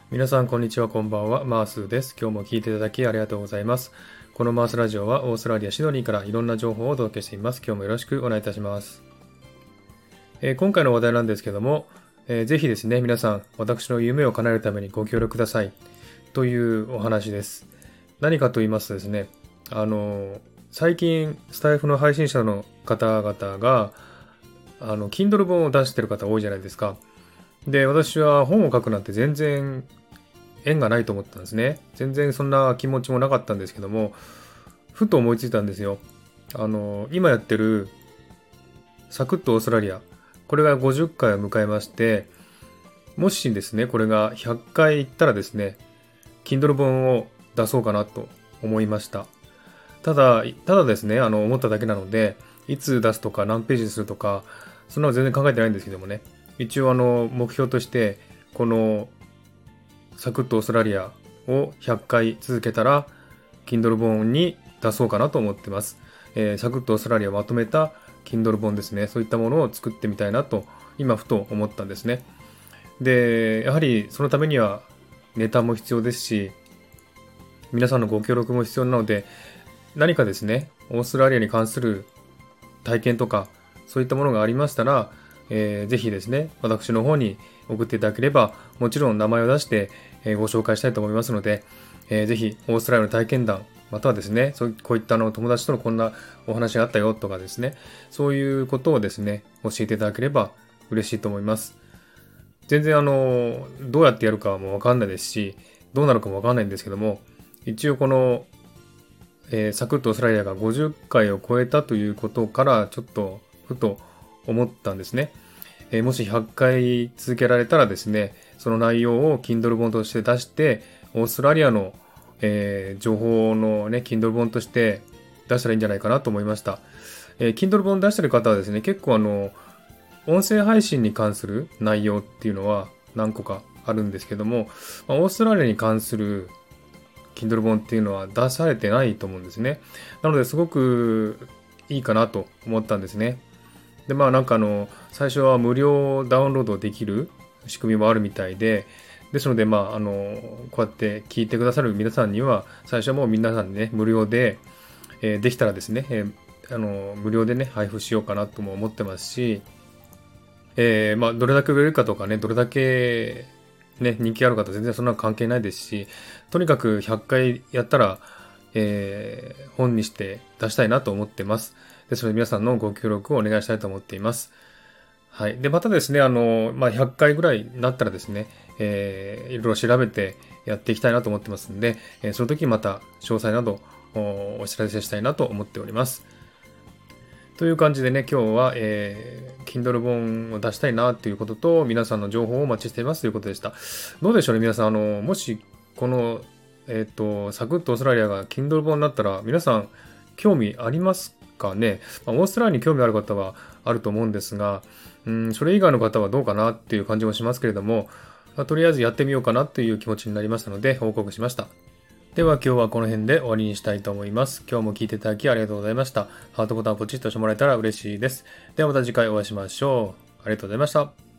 皆さんこんにちは、こんばんは。マースです。今日も聞いていただきありがとうございます。このマースラジオはオーストラリア・シドニーからいろんな情報をお届けしています。今日もよろしくお願いいたします。今回の話題なんですけども、ぜひですね、皆さん、私の夢を叶えるためにご協力くださいというお話です。何かと言いますとですね、最近スタイフの配信者の方々がKindle 本を出してる方多いじゃないですか。で、私は本を書くなんて全然縁がないと思ったんですね。全然そんな気持ちもなかったんですけども、ふと思いついたんですよ。今やってるサクッとオーストラリア。これが50回を迎えまして、もしですね、これが100回行ったらですね、Kindle 本を出そうかなと思いました。ただですね、思っただけなので、いつ出すとか何ページにするとか、そんなの全然考えてないんですけどもね。一応目標として、このサクッとオーストラリアを100回続けたら Kindle 本に出そうかなと思ってます。サクッとオーストラリアをまとめた Kindle 本ですね。そういったものを作ってみたいなと今ふと思ったんですね。で、やはりそのためにはネタも必要ですし、皆さんのご協力も必要なので、何かですね、オーストラリアに関する体験とかそういったものがありましたら、ぜひですね、私の方に送っていただければ、もちろん名前を出して、ご紹介したいと思いますので、ぜひオーストラリアの体験談、またはですね、こういった友達とのこんなお話があったよとかですね、そういうことをですね、教えていただければ嬉しいと思います。全然どうやってやるかもわかんないですし、どうなるかもわかんないんですけども、一応この、サクッとオーストラリアが50回を超えたということからちょっとふと思ったんですね。もし100回続けられたらですね、その内容を Kindle 本として出して、オーストラリアの、情報のね、Kindle 本として出したらいいんじゃないかなと思いました。Kindle 本出してる方はですね、結構音声配信に関する内容っていうのは何個かあるんですけども、オーストラリアに関する Kindle 本っていうのは出されてないと思うんですね。なのですごくいいかなと思ったんですね。で、最初は無料ダウンロードできる仕組みもあるみたいで、ですので、こうやって聞いてくださる皆さんには、最初はもう皆さんにね、無料で、できたらですね、無料でね、配布しようかなとも思ってますし、どれだけ売れるかとかね、どれだけね、人気あるかと全然そんなの関係ないですし、とにかく100回やったら、本にして出したいなと思ってます。ですので皆さんのご協力をお願いしたいと思っています。はい。で、またですね、100回ぐらいになったらですね、いろいろ調べてやっていきたいなと思ってますんで、その時にまた詳細などお知らせしたいなと思っております。という感じでね、今日は、Kindle 本を出したいなということと、皆さんの情報をお待ちしていますということでした。どうでしょうね、皆さん、もし、この、サクッとオーストラリアが Kindle 本になったら、皆さん、興味ありますかね。オーストラリアに興味ある方はあると思うんですが、それ以外の方はどうかなっていう感じもしますけれども、とりあえずやってみようかなという気持ちになりましたので、報告しました。では今日はこの辺で終わりにしたいと思います。今日も聞いていただきありがとうございました。ハートボタンをポチッとしてもらえたら嬉しいです。ではまた次回お会いしましょう。ありがとうございました。